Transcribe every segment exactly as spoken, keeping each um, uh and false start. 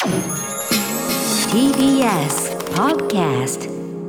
ティービーエス Podcast。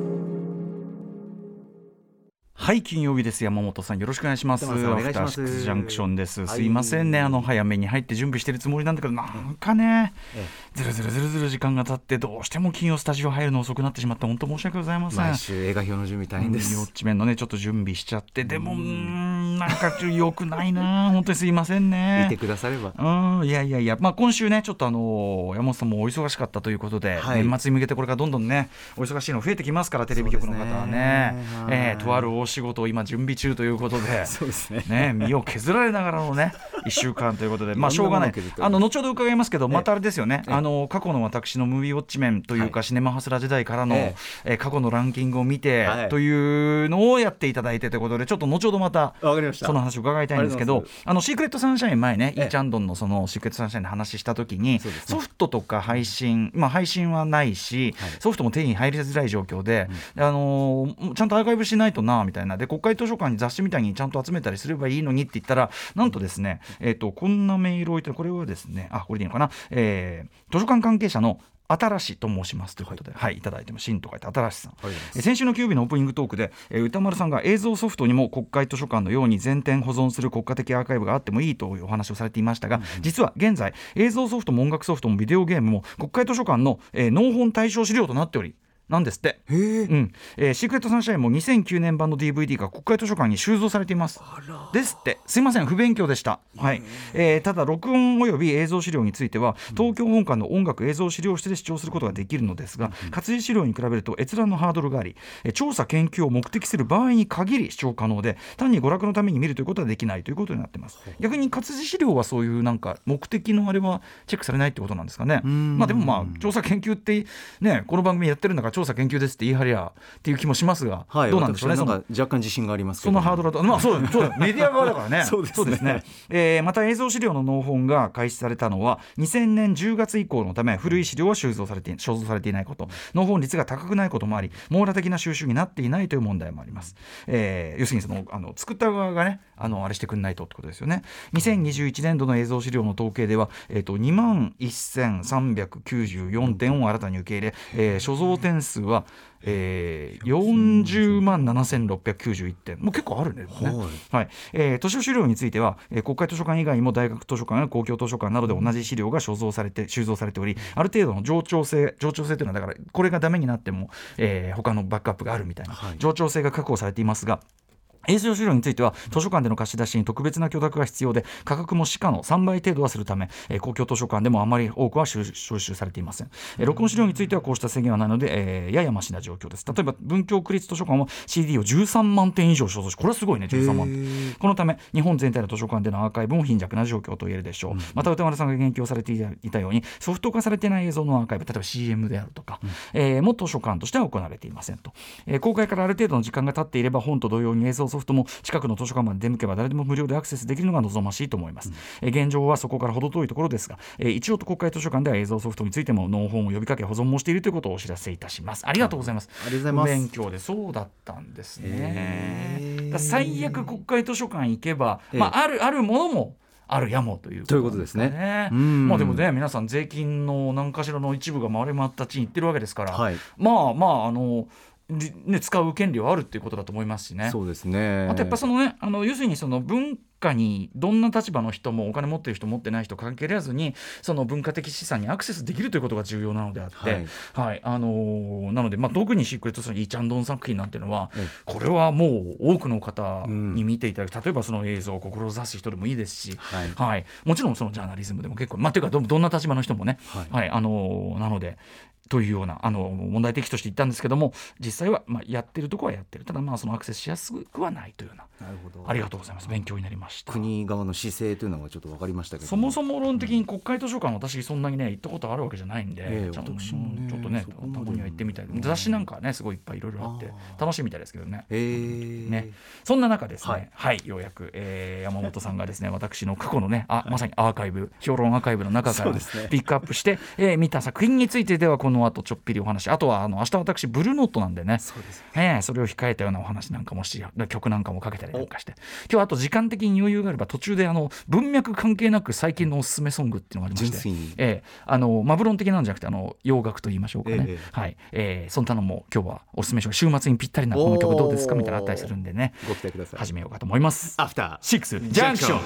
はい、金曜日です。山本さんよろしくお願いします。 お願いします。 アフターシックスジャンクションです、 はい、 すいませんね、あの早めに入って準備してるつもりなんだけど、なんかね、ええ、ずるずるずるずる時間が経ってどうしても金曜スタジオ入るの遅くなってしまって本当申し訳ございません。 毎週映画表の準備大変です。 ウォッチメンのねちょっと準備しちゃって、でもうーんなんか良くないな本当にすいませんね。 見てくだされば。 うんいやいやいや、まあ、今週ねちょっとあの山本さんもお忙しかったということで、はい、年末に向けてこれからどんどんねお忙しいの増えてきますから、テレビ局の方は ね, ね、えー、とある大仕事を今準備中ということで、 そうですね、 ね、身を削られながらのねいっしゅうかんということでまあしょうがない、あの後ほど伺いますけど、またあれですよね、あの過去の私のムービーウォッチメンというか、はい、シネマハスラ時代からの、えええー、過去のランキングを見て、はい、というのをやっていただいてということで、ちょっと後ほどまたその話を伺いたいんですけど、あのシークレットサンシャイン前ね、イーチャンドンのそのシークレットサンシャインの話した時に、ね、ソフトとか配信、まあ、配信はないし、はい、ソフトも手に入りづらい状況で、うん、あのー、ちゃんとアーカイブしないとなみたいなで、国会図書館に雑誌みたいにちゃんと集めたりすればいいのにって言ったら、なんとですね、えーと、こんなメールをいただいて、これはですね、あこれでいいのかな、えー、図書館関係者の新しと申しますということで、はいはい、いただいても新と書いて新しさん、はい、え先週の金曜日のオープニングトークで、えー、歌丸さんが映像ソフトにも国会図書館のように全店保存する国家的アーカイブがあってもいいというお話をされていましたが、うん、実は現在映像ソフトも音楽ソフトもビデオゲームも国会図書館の、えー、納本対象資料となっておりなんですって。へー、うんえー、シークレットサンシャインもにせんきゅうねん版の ディーブイディー が国会図書館に収蔵されていますですって。すいません不勉強でした、はいえー、ただ録音および映像資料については東京本館の音楽映像資料室で視聴することができるのですが、うん、活字資料に比べると閲覧のハードルがあり、えー、調査研究を目的する場合に限り視聴可能で、単に娯楽のために見るということはできないということになっています。逆に活字資料はそういうなんか目的のあれはチェックされないってことなんですかね。まあ、でもまあ調査研究ってね、この番組やってるんだから調査研究ですって言い張りゃっていう気もしますが、はい、どうなんでしょうね。 なんか若干自信がありますけど、 そのハードルだと、まあ、そうそうメディア側だからねそうですね、 そうですね、えー、また映像資料の納本が開始されたのはにせんねんじゅうがつ以降のため、古い資料は収蔵されて所蔵されていないこと、納本率が高くないこともあり、網羅的な収集になっていないという問題もあります。えー、要するにそのあの作った側がね、あのあれしてくんないとってことですよね。にせんにじゅういちねんどの映像資料の統計では、えー、とにまんせんさんびゃくきゅうじゅうよんてんを新たに受け入れ、えー、所蔵点数はえー、よんじゅうまんななせんろっぴゃくきゅうじゅういってん、もう結構あるんですね。はいはいえー、図書資料については、えー、国会図書館以外にも大学図書館や公共図書館などで同じ資料が所蔵されて収蔵されており、ある程度の冗長性冗長性というのはだからこれがダメになっても、えー、他のバックアップがあるみたいな、はい、冗長性が確保されていますが、映像資料については図書館での貸し出しに特別な許諾が必要で、価格も市価のさんばい程度はするため、えー、公共図書館でもあまり多くは収集されていません。えー、録音資料についてはこうした制限はないので、えー、ややマシな状況です。例えば文京区立図書館は シーディー をじゅうさんまんてん以上所蔵し、これはすごいね、じゅうさんまん。このため日本全体の図書館でのアーカイブも貧弱な状況と言えるでしょう。うん、また歌丸さんが言及されていたように、ソフト化されていない映像のアーカイブ、例えば シーエム であるとか、うんえー、も図書館としては行われていませんと。えー、公開からある程度の時間が経っていれば、本と同様に映像ソフトも近くの図書館まで出向けば誰でも無料でアクセスできるのが望ましいと思います。うん、え現状はそこから程遠いところですが、え一応国会図書館では映像ソフトについても納本を呼びかけ保存もしているということをお知らせいたします。ありがとうございます。 ありがとうございます。 勉強でそうだったんですね。だ最悪国会図書館行けば、まあ、あるあるものもあるやもということ、ね、 ということですね。 うんまあ、でもね、皆さん税金の何かしらの一部が回り回った地に行ってるわけですから、はい、まあまああのね、使う権利はあるっていうことだと思いますしね。 そうですね。 あとやっぱそのね、あの要するにその文化にどんな立場の人もお金持ってる人持ってない人関係らずにその文化的資産にアクセスできるということが重要なのであって、はいはいあのー、なので、まあ、特にシークレットサンイーチャンドン作品なんていうのは、うん、これはもう多くの方に見ていただく、うん、例えばその映像を志す人でもいいですし、はいはい、もちろんそのジャーナリズムでも結構、まあ、というか ど, どんな立場の人もね、はいはいあのー、なのでというようなあの問題提起として言ったんですけども、実際はまあやってるところはやってる、ただまあそのアクセスしやすくはないというような。なるほど。ありがとうございます。勉強になりました。 国側の姿勢というのがちょっと分かりましたけど、 そもそも論的に国会図書館、私そんなにね行ったことあるわけじゃないんで、えー、ちゃんと、ね、ちょっとねたまには行ってみたい。雑誌なんかねすごいいっぱいいろいろあって楽しいみたいですけどね。えー、ねそんな中ですね、はい、はい、ようやく、えー、山本さんがですね私の過去のねあまさにアーカイブ評論アーカイブの中からピックアップして、えー、見た作品についてではこのの後ちょっぴりお話、あとはあの明日私ブルーノートなんでね、 そうですね、 えー、それを控えたようなお話なんかもし曲なんかもかけたりなんかして、今日あと時間的に余裕があれば途中であの文脈関係なく最近のおすすめソングっていうのがありまして、 純粋に、 えー、あのマブロン的なんじゃなくてあの洋楽と言いましょうかね、 ええはいえー、そんなのも今日はおすすめしよう。週末にぴったりなこの曲どうですかみたいなのあったりするんでね、 ご期待ください。 始めようかと思います。 アフターシックスジャンクション。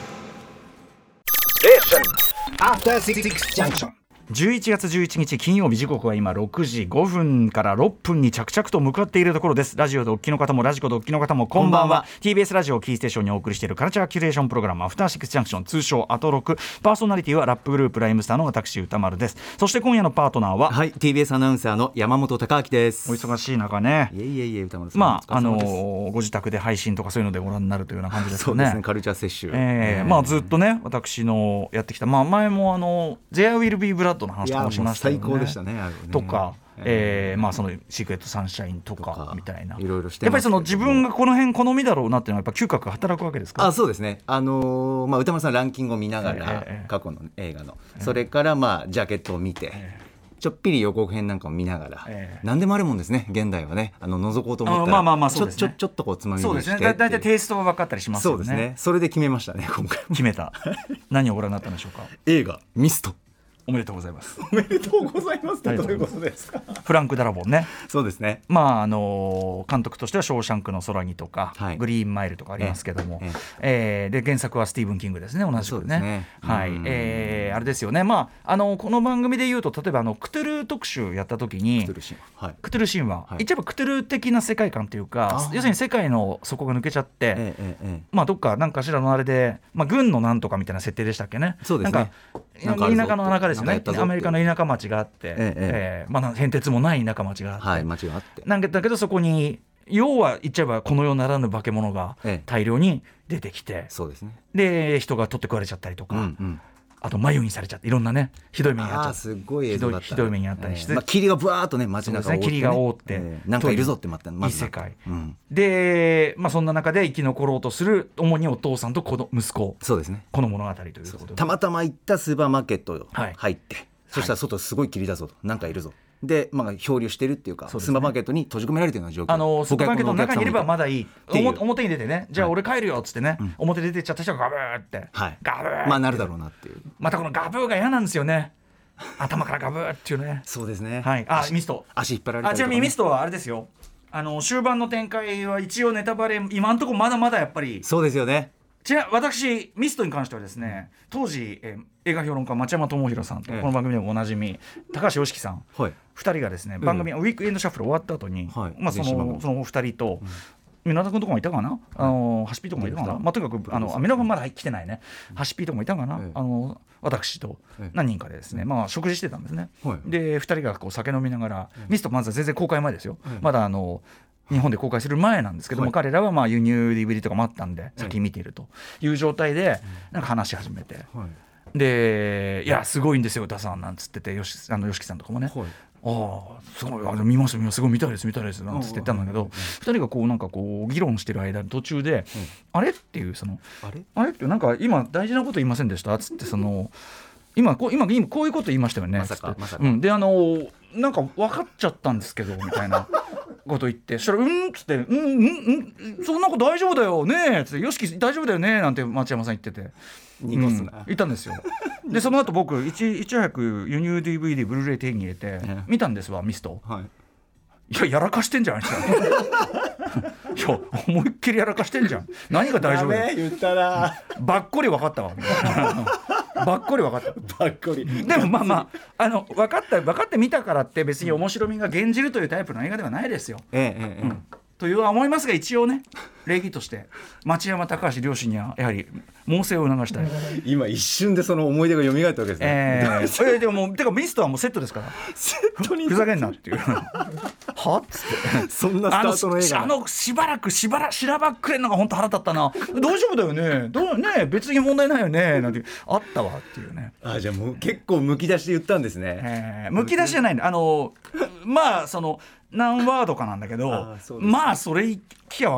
After Six Junction。 じゅういちがつじゅういちにち金曜日、時刻は今ろくじごふんからろっぷんに着々と向かっているところです。ラジオでお聞きの方もラジコでお聞きの方もこんばんは。 こんばんは。 ティービーエス ラジオをキーステーションにお送りしているカルチャーキュレーションプログラムアフターシックスジャンクション、通称アトロク。パーソナリティはラップグループライムスターの私歌丸です。そして今夜のパートナーは、 はい、ティービーエス アナウンサーの山本貴明です。 お忙しい中ね、 いえいえいえ、歌丸さん、 まああのお疲れ様です。 ーご自宅で配信とかそういうのでご覧になるというような感じですよね。 そうですね、カルチャー摂取、 えーまあ、ずっとね私のやってきた、まあ、前もあの There Will Be Blood の話とかもしましたよね。 最高でしたね、あれねとか、えーえーまあ、そのシークレットサンシャインとかとかみたいな、 いろいろしてやっぱりそのますけども自分がこの辺好みだろうなっていうのはやっぱ嗅覚が働くわけですか。 あ、そうですね、あのーまあ、歌丸さんランキングを見ながら、 ええ過去の映画の、それからまあジャケットを見て、 えちょっぴり予告編なんかを見ながら、 ええ何でもあるもんですね、現代はね、あの覗こうと思ったら、 あまあまあまあそうですねちょちょちょっとこうつまみそうですにしてね、だだいたいテイストは分かったりしますよね。 そうですね、それで決めましたね、今回決めた何をご覧になったんでしょうか。 映画ミスト。 おめでとうございます。 おめでとうございますってどういうことですか。 フランク・ダラボンね、 そうですね、 まああの監督としてはショーシャンクの空にとか、 はいグリーンマイルとかありますけども、 えええーで原作はスティーブン・キングですね、同じくそうですねね。 はいうんえーあれですよね、まあ、あのこの番組でいうと例えばあのクトゥルー特集やった時にクトゥルシンはいクトゥル神話、 はい言っちゃえばクトゥル的な世界観というか、 あー要するに世界の底が抜けちゃって、 えええええまあ、どっか何かしらのあれで、まあ、軍のなんとかみたいな設定でしたっけね。 そうですねなんかなんかあるぞ田舎の中ですよねなんかやったぞってアメリカの田舎町があって、 えええーまあ、変哲もない田舎町があって、 えはい、間違いあって、 なんだけどそこに要は言っちゃえばこの世ならぬ化け物がええ大量に出てきて、 そうですね、 で人が取って食われちゃったりとか、 うんうん、 あと眉にされちゃっていろんなねひどい目に遭っちゃって、 あーすごい映像だった、 ひどいひどい目に遭ったりしてええまあ、霧がぶわーっとね街中を覆って、ね、 そうですね霧が覆ってええなんかいるぞってまたまずいい世界うん、 で、まあ、そんな中で生き残ろうとする主にお父さんとこの息子、 そうですね、 この物語ということでたまたま行ったスーパーマーケットはい入って、そしたら外すごい霧だぞと、なんかいるぞで、まあ、漂流してるっていうか、 そうですねスーパーマーケットに閉じ込められてるような状況、 あのスーパーマーケットの中にいればまだいい、 ていう表表に出てね、じゃあはい俺帰るよっつってね、 うん表出てっちゃった人がガブーって、 はい、 ガブーってまあなるだろうなっていう、 またこのガブーが嫌なんですよね、頭からガブーっていうね。 そうですね、 はい、あミスト足引っ張られたりとかね、 あちなみにミストはあれですよ、あの終盤の展開は一応ネタバレ今のところまだまだやっぱり、 そうですよね、 ちな私ミストに関してはですね、当時、えー映画評論家町山智博さんと、 ええこの番組でもおなじみ高橋良樹さんはい、 ふたりがですね、番組ウィークエンドシャッフル終わった後に、 はいまあ、そ電子番組のそのふたりと、皆田君とかもいたかな、あのハシピーとかもいたかな、まあ、とにかくあのあ皆田君まだ来てないね、ハシピーとかもいたかな、 ええあの私とええ何人かでですね、まあ、食事してたんですね、 はいでふたりがこう酒飲みながら、ミストまずは全然公開前ですよ、 ええまだあの日本で公開する前なんですけども、 はい彼らはまあ輸入 ディーブイディー とかもあったんで先に見ているという状態でなんか話し始めて、 はいでいやすごいんですよ歌さんなんつっててよしあのよしきさんとかもね、 はい、 ああすごいあ見ます見ますすごい見たいです見たいですなんつって言ったんだけど、ふたりがこうなんかこう議論してる間途中で、あれっていうそのあれあれってなんか今大事なこと言いませんでしたつってその今こう今今こういうこと言いましたよねまさかつってまさかうん、であのなんか分かっちゃったんですけどみたいなこと言ってそしたらうんっつってうんうんうんそんなこと大丈夫だよねっつってよしき大丈夫だよねなんて町山さん言ってて濁すな、 うん、言ったんですよでその後僕いちいち早く輸入 ディーブイディー ブルーレイ手に入れてええ見たんですわミストはい、 いややらかしてんじゃないですかいや思いっきりやらかしてんじゃん何が大丈夫だよ言ったらばっこり分かったわみたいなばっこり分かったばっこりでもまあまあ、あの分かった分かってみたからって別に面白みが減じるというタイプの映画ではないですよ、 ええええ、 うんというは思いますが一応ね礼儀として町山高橋両親にはやはり猛省を促したい、 今一瞬でその思い出が蘇ったわけですね、 えー、えーでももうてかミストはもうセットですからセットにふざけんなっていうはっつってそんなスタートの映画あのあのしばらくしばらしらばっくれんのが本当腹立ったな大丈夫だよねどうね別に問題ないよねなんてあったわっていうね、 あ、じゃあもう結構むき出しで言ったんですね、 えー、むき出しじゃないんだあのまあその何ワードかなんだけどあそうですまあそれ聞きゃ分かっちゃうわ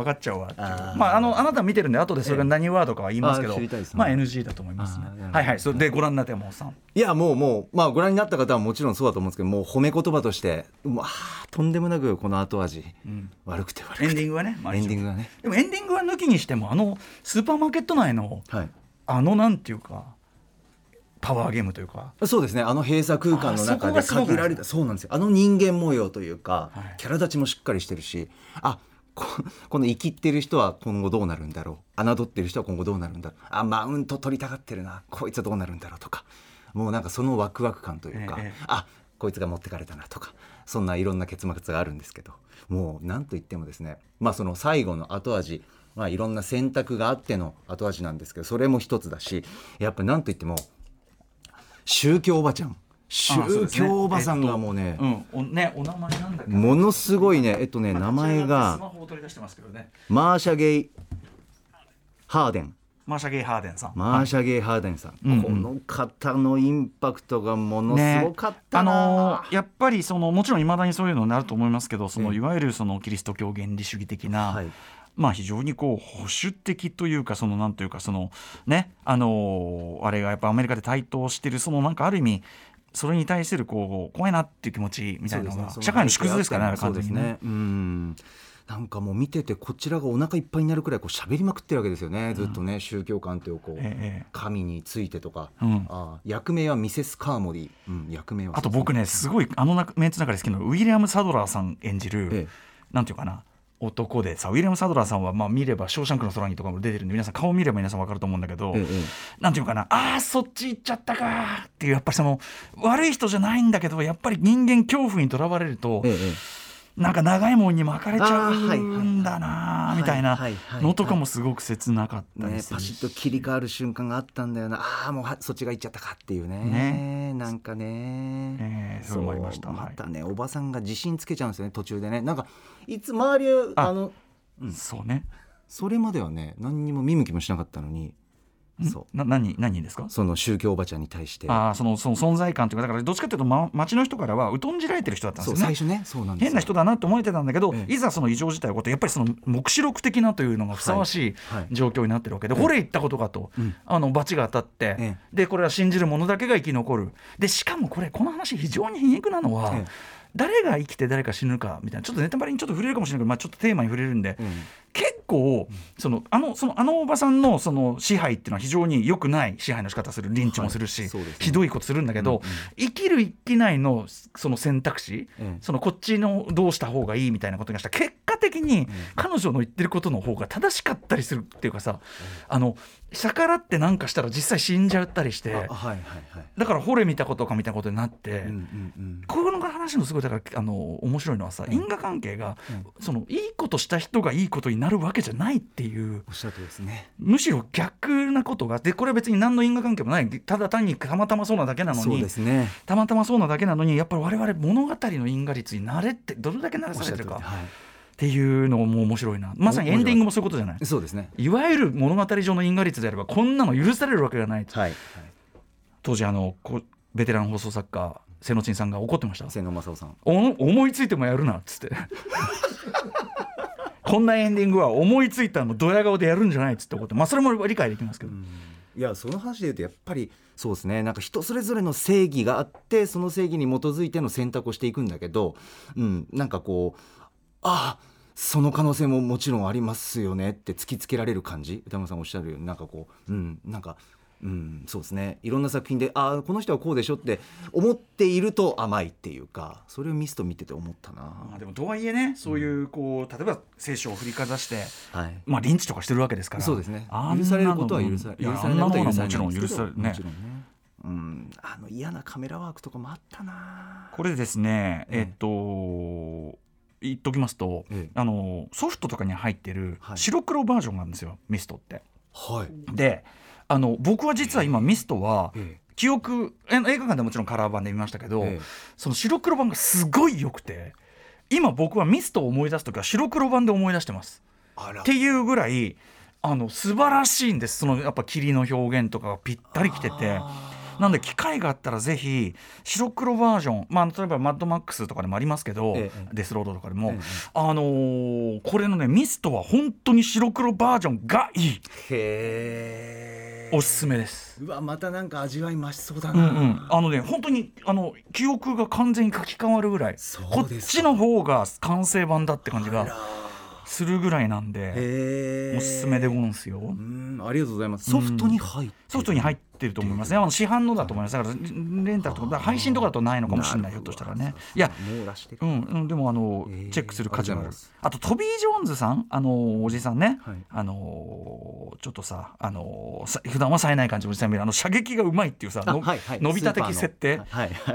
っていう、まあ、あのあなた見てるんで後でそれが何ワードかは言いますけど、 ええ、 まあ エヌジー だと思いますね。はいはい、それでご覧になって山本さん。 いやもうもうまあご覧になった方はもちろんそうだと思うんですけど、もう褒め言葉としてうわとんでもなくこの後味、うん、悪くて悪くてエンディングはね、 エンディングはね、 でもエンディングは抜きにしてもあのスーパーマーケット内の、はい、あのなんていうかパワーゲームというか、 そうですね、あの閉鎖空間の中で限られた、そうなんですよ、あの人間模様というか、はい、キャラ立ちもしっかりしてるし、あこ, この生きってる人は今後どうなるんだろう、侮ってる人は今後どうなるんだろう、あマウント取りたがってるな、こいつはどうなるんだろうとか、もうなんかそのワクワク感というか、ええ、あこいつが持ってかれたなとか、そんないろんな結末があるんですけど、もうなんといってもですね、まあその最後の後味、まあいろんな選択があっての後味なんですけど、それも一つだし、やっぱなんといっても宗教おばちゃん、宗教おばさんがもうね、 えっとうん、ねお名前なんだっけ、 ものすごいね、えっとね名前がマーシャゲイ・ハーデンマーシャゲイ・ハーデンさんマーシャゲイ・ハーデンさん、はい、この方のインパクトがものすごかったな、 ね、あのー、やっぱりそのもちろんいまだにそういうのになると思いますけど、そのいわゆるそのキリスト教原理主義的な、はい、まあ、非常にこう保守的というか、そのなんというかそのね、あのー、あれがやっぱアメリカで台頭してる、そのなんかある意味それに対するこう怖いなっていう気持ちみたいなのが、ね、社会の縮図ですからね、あれ完全にね。 うん、なんかもう見ててこちらがお腹いっぱいになるくらいこう喋りまくってるわけですよね、ずっとね、うん、宗教観というこう、ええ、神についてとか、うん、あ役名はミセス・カーモリー、うん、役名はあと僕ねすごいあのメンツの中で好きなのウィリアム・サドラーさん演じる、ええ、なんていうかな男でさ、ウィリアム・サドラーさんはまあ見ればショーシャンクの空にとかも出てるんで、皆さん顔見れば皆さん分かると思うんだけど、ええ、なんていうかな、あーそっち行っちゃったかっていう、やっぱりその悪い人じゃないんだけど、やっぱり人間恐怖にとらわれると、ええ、なんか長いもんに巻かれちゃうんだなみたいなのとかもすごく切なかったりするし、 ね、パシッと切り替わる瞬間があったんだよな、ああもうそっちが行っちゃったかっていう ね, ねなんかね、 えー、そう思いました。 またね、はい、おばさんが自信つけちゃうんですよね途中でね、なんかいつ周りはあの、 うん、そうね、 それまではね何にも見向きもしなかったのに、 そうな 何, 何ですか、 その宗教おばちゃんに対して、 あそのその存在感というか、だからどっちかというと、ま、町の人からは疎んじられてる人だったんですよね。 そう最初ね、そうなんですよ、 変な人だなと思えてたんだけど、ええ、いざその異常事態を起こってやっぱりその黙示録的なというのがふさわしい状況になってるわけで、はいはい、ほれ言ったことかと、うん、あの罰が当たって、ええ、でこれは信じる者だけが生き残る。でしかもこれこの話非常に皮肉なのは、ええ、誰が生きて誰が死ぬかみたいな、ちょっとネタバレにちょっと触れるかもしれないけど、まあ、ちょっとテーマに触れるんで、うん、結構そのあのそのあのおばさんのその支配っていうのは非常に良くない支配の仕方する、リンチもするし、はいね、ひどいことするんだけど、うんうん、生きる生きないのその選択肢、うん、そのこっちのどうした方がいいみたいなことがしたら結果的に彼女の言ってることの方が正しかったりするっていうかさ、うん、あの逆らってなんかしたら実際死んじゃったりして、はいはいはい、だからほれ見たことかみたいなことになって、うんうんうん、こういうのが話のすごいだからあの面白いのはさ、うん、因果関係が、うん、そのいいことした人がいいことになるわけじゃないっていう、 おっしゃるとおりですね、 むしろ逆なことがで、これは別に何の因果関係もない、ただ単にたまたまそうなだけなのに、 そうですね、 たまたまそうなだけなのに、やっぱり我々物語の因果率に慣れてどれだけ慣れされてるか、っていうのも面白いな。まさにエンディングもそういうことじゃない。 そうですね、 いわゆる物語上の因果率であればこんなの許されるわけがない、はいはい、当時あのベテラン放送作家瀬野珍さんが怒ってました。 瀬野正夫さん、 お思いついてもやるなっつってこんなエンディングは思いついたのドヤ顔でやるんじゃないっつって怒って、まあそれも理解できますけど、うん、 いやその話で言うとやっぱりそうですね、なんか人それぞれの正義があって、その正義に基づいての選択をしていくんだけど、うん、なんかこうああその可能性ももちろんありますよねって突きつけられる感じ、歌村さんおっしゃるようになんかこう、うん、なんかうん、そうですね、いろんな作品でああこの人はこうでしょって思っていると甘いっていうか、それをミスト見てて思ったな。 まあ、でもとはいえね、そういうこう例えば聖書を振りかざして、はい、まあリンチとかしてるわけですから、 そうですね、許されることは許される、許されないことは許されない、 もちろん許されるね、 もちろんね、うん、あの嫌なカメラワークとかもあったな。 これですね、えっと言っときますと、ええ、あのソフトとかに入ってる白黒バージョンなんですよ、はい、ミストって、はい、であの僕は実は今ミストは、ええ、記憶映画館でもちろんカラー版で見ましたけど、ええ、その白黒版がすごい良くて、今僕はミストを思い出すときは白黒版で思い出してますっていうぐらいあの素晴らしいんです。そのやっぱ霧の表現とかがぴったりきてて、 なので機会があったらぜひ白黒バージョン、まあ、例えばマッドマックスとかでもありますけど、ええ、デスロードとかでも、ええ、あのー、これのねミストは本当に白黒バージョンがいい。 へー、 おすすめです。 うわまたなんか味わい増しそうだな、 うんうん、あのね本当にあの記憶が完全に書き換わるぐらい、こっちの方が完成版だって感じがするぐらいなんでおすすめでございますよ。うん、ありがとうございます。ソフトに入ってる、 ソフトに入ってると思いますね。あの市販のだと思います。だからレンタルとか配信とかだとないのかもしれない、ひょっとしたらね。いや、うん、でもあのチェックする価値がある。あとトビー・ジョーンズさん、あのおじさんね、はい、あのちょっとさ、あの普段は冴えない感じのおじさん見るあの射撃がうまいっていうさ、の、はいはい、伸びた的設定、はいはい、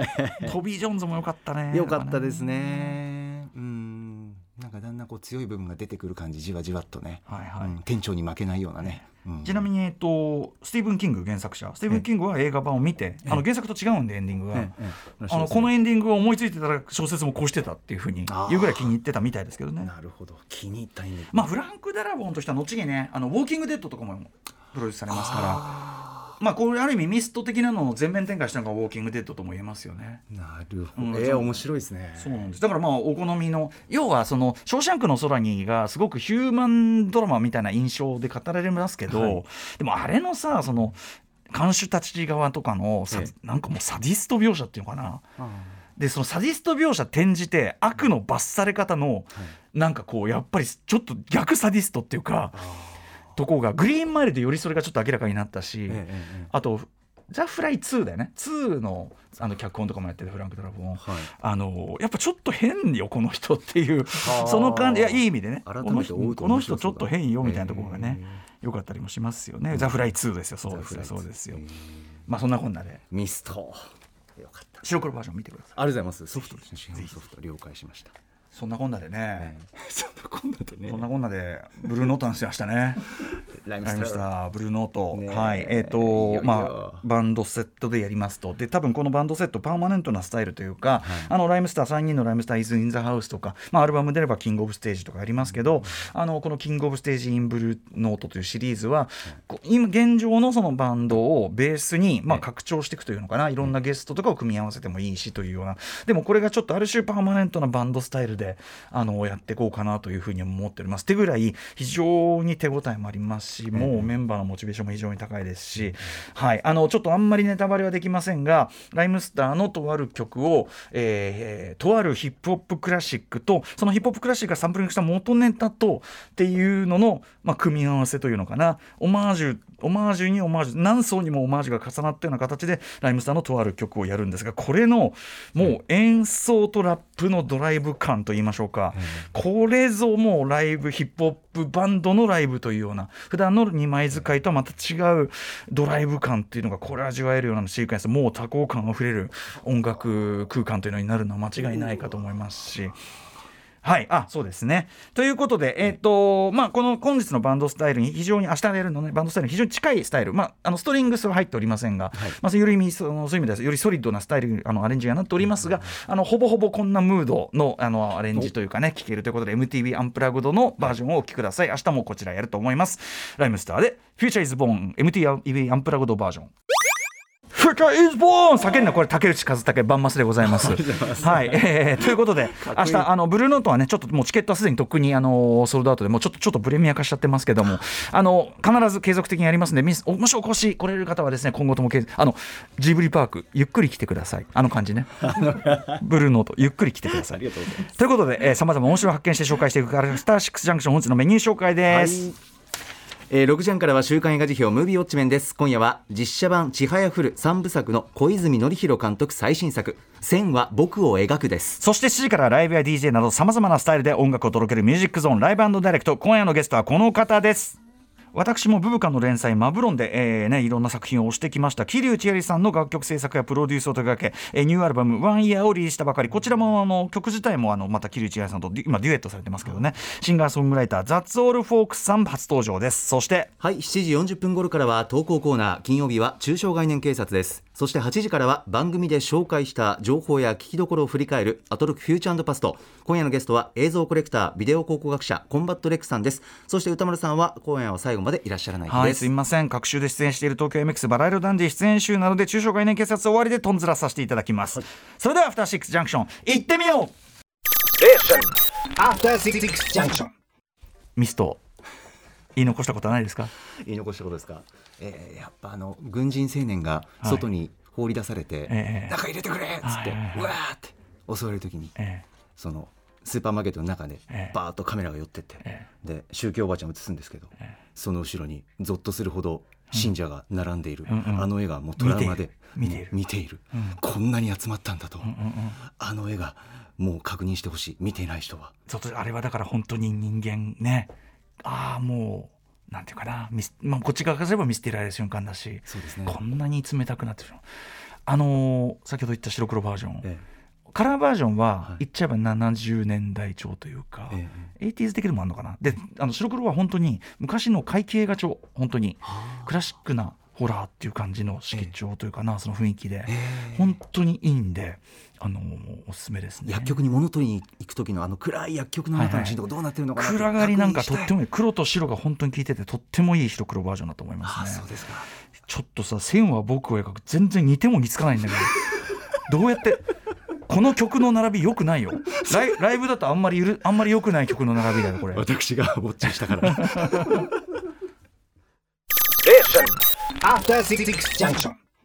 トビー・ジョーンズも良かったね。 良かったですね。うん、なんかだんだんこう強い部分が出てくる感じ、じわじわっとね、はいはい、うん、店長に負けないようなね。うん、ちなみに、えっと、スティーブン・キング原作者、スティーブン・キングは映画版を見て、あの原作と違うんでエンディングが、あのこのエンディングを思いついてたら小説もこうしてたっていうふうに言うぐらい気に入ってたみたいですけどね。 なるほど、気に入ったんですね。 まあフランク・ダラボンとしては後にね、あのウォーキングデッドとかもプロデュースされますから、まあこれある意味ミスト的なのを全面展開したのがウォーキングデッドとも言えますよね。 なるほど、うん、えー、面白いですね。 そうなんです。だからまあお好みの、要はそのショーシャンクの空にがすごくヒューマンドラマみたいな印象で語られますけど、はい、でもあれのさ、その看守たち側とかのさ、なんかもうサディスト描写っていうのかな、でそのサディスト描写転じて悪の罰され方の、はい、なんかこうやっぱりちょっと逆サディストっていうかとこがグリーンマイルでよりそれがちょっと明らかになったし、ええええ、あとザ・フライツーだよね、ツー の, あの脚本とかもやってるフランク・ドラボン、はい、あのやっぱちょっと変よこの人っていうその感じ、いやいい意味でね、この人この人ちょっと変よみたいなところがね良かったりもしますよね。ザ・フライツーですよ。そうですよ、そうですよ。まあそんなこんなでミストよかった。 白黒バージョン見てください。 ありがとうございます。ソフトですね、市販ソフト了解しました。 そんなこんなでね、 そんなこんなでね、 そんなこんなでブルーノートの話しましたね。 ライムスターブルーノート、ね、はいえーとまあ、バンドセットでやりますと、で多分このバンドセットパーマネントなスタイルというか、はい、あのライムスターさんにんのライムスターイズインザハウスとか、まあ、アルバム出ればキングオブステージとかありますけど、うん、あのこのキングオブステージインブルーノートというシリーズは、うん、今現状のそのバンドをベースに、まあ、拡張していくというのかな、いろんなゲストとかを組み合わせてもいいしというような、でもこれがちょっとある種パーマネントなバンドスタイルであのやっていこうかなというふうに思っております。ってぐらい非常に手応えもありますし、もうメンバーのモチベーションも非常に高いですし、はい、あのちょっとあんまりネタバレはできませんが、ライムスターのとある曲を、えー、とあるヒップホップクラシックとそのヒップホップクラシックがサンプリングした元ネタとっていうのの、まあ、組み合わせというのかな、オマージュオマージュにオマージュ、何層にもオマージュが重なったような形でライムスターのとある曲をやるんですが、これのもう演奏とラップのドライブ感といいましょうか、うん、これぞもうライブヒップホップバンドのライブというような、普段のにまい使いとはまた違うドライブ感っていうのがこれ味わえるようなシークエンス、もう多幸感あふれる音楽空間というのになるのは間違いないかと思いますし、はい、あ、そうですね。ということで、えーとまあ、この本日のバンドスタイルに非常に、明日やるのね、バンドスタイルに非常に近いスタイル、まあ、あのストリングスは入っておりませんが、はい、まあ、よりそのそういう意味ではよりソリッドなスタイル、あのアレンジになっておりますが、あのほぼほぼこんなムード の, あのアレンジというかね、聴けるということで エムティービー アンプラグドのバージョンをお聴きください。明日もこちらやると思います。ライムスターで Future is Born エムティービー アンプラグドバージョン。Future is born! 叫んだこれ竹内和武バンマスでございます。はい、えー、ということで明日あのブルーノートはねちょっともうチケットはすでにとっくにあのソールドアウトでもうちょっとちょっとプレミア化しちゃってますけども、あの必ず継続的にやりますので、もしお越し来れる方はですね今後ともあのジブリパークゆっくり来てください。あの感じねブルーノートゆっくり来てください。ありがとうございます。ということでさまざま面白い発見して紹介していくからスターシックスジャンクション本日のメニュー紹介です。はい、 えー、ろくじはんからは週刊映画辞表ムービーウォッチメンです。今夜は実写版ちはやふるさんぶさくの小泉紀弘監督最新作線は僕を描くです。 そしてしちじからライブや ディージェー などさまざまなスタイルで音楽を届けるミュージックゾーンライブ&ダイレクト。今夜のゲストはこの方です。私もブブカの連載マブロンで、えーね、いろんな作品を推してきました桐生千恵里さんの楽曲制作やプロデュースを手掛け、えー、ニューアルバムワンイヤーをリリースしたばかり。こちらもあの曲自体もあのまた桐生千恵里さんと今デュエットされてますけどね、シンガーソングライターザッツオールフォークスさん初登場です。そしてはいしちじよんじゅっぷん頃からは投稿コーナー、金曜日は中小概念警察です。そしてはちじからは番組で紹介した情報や聞きどころを振り返るアトロックフューチャー&パスト。今夜のゲストは映像コレクタービデオ考古学者コンバットレックさんです。そして歌丸さんは今夜は最後まで場でいらっしゃらない日です。 はい、すいません。各週で出演している東京 エムエックス バラ色ダンディ出演週なので中小概念警察終わりでトンズラさせていただきます、はい、それではアフターシックスジャンクション行ってみよう。 アフターシックスジャンクション。 ミスト言い残したことはないですか？ 言い残したことですか、えー、やっぱあの軍人青年が外に放り出されて、はい、中入れてくれっつって、えー、うわーって襲われる時に、えー、そのスーパーマーケットの中でバーッとカメラが寄ってって、えー、で宗教おばちゃんを映すんですけど、えー、その後ろにゾッとするほど信者が並んでいる、うんうんうん、あの絵がもうトラウマで見ている、 見ている、うん、こんなに集まったんだと、うんうんうん、あの絵がもう確認してほしい、見ていない人は。 あれはだから本当に人間ね、ああもうなんていうかな、ミス、まあ、こっち側からすれば見捨てられる瞬間だし、 そうですね、 こんなに冷たくなってるの。あのー、先ほど言った白黒バージョン、ええ、カラーバージョンは、はい、言っちゃえばななじゅうねんだい調というか、ええ、エイティーズ的でもあるのかな。で、あの白黒は本当に昔の会計画調、本当にクラシックなホラーっていう感じの色調というかな、ええ、その雰囲気で、ええ、本当にいいんで、あのー、おすすめですね。 薬局に物取りに行く時のあの暗い薬局の中のシーンとかどうなってるのかなって、 はいはい、暗がりなんかとってもいい、黒と白が本当に効いててとってもいい白黒バージョンだと思いますね。 あ、そうですか。 ちょっとさ、線は僕を描く全然似ても似つかないんだけどどうやってこの曲の並び良くないよ。ラ イ, ライブだとあんまりゆるあんまり良くない曲の並びだよこれ。 私がウォッチしたからアフターシックスジャンクション。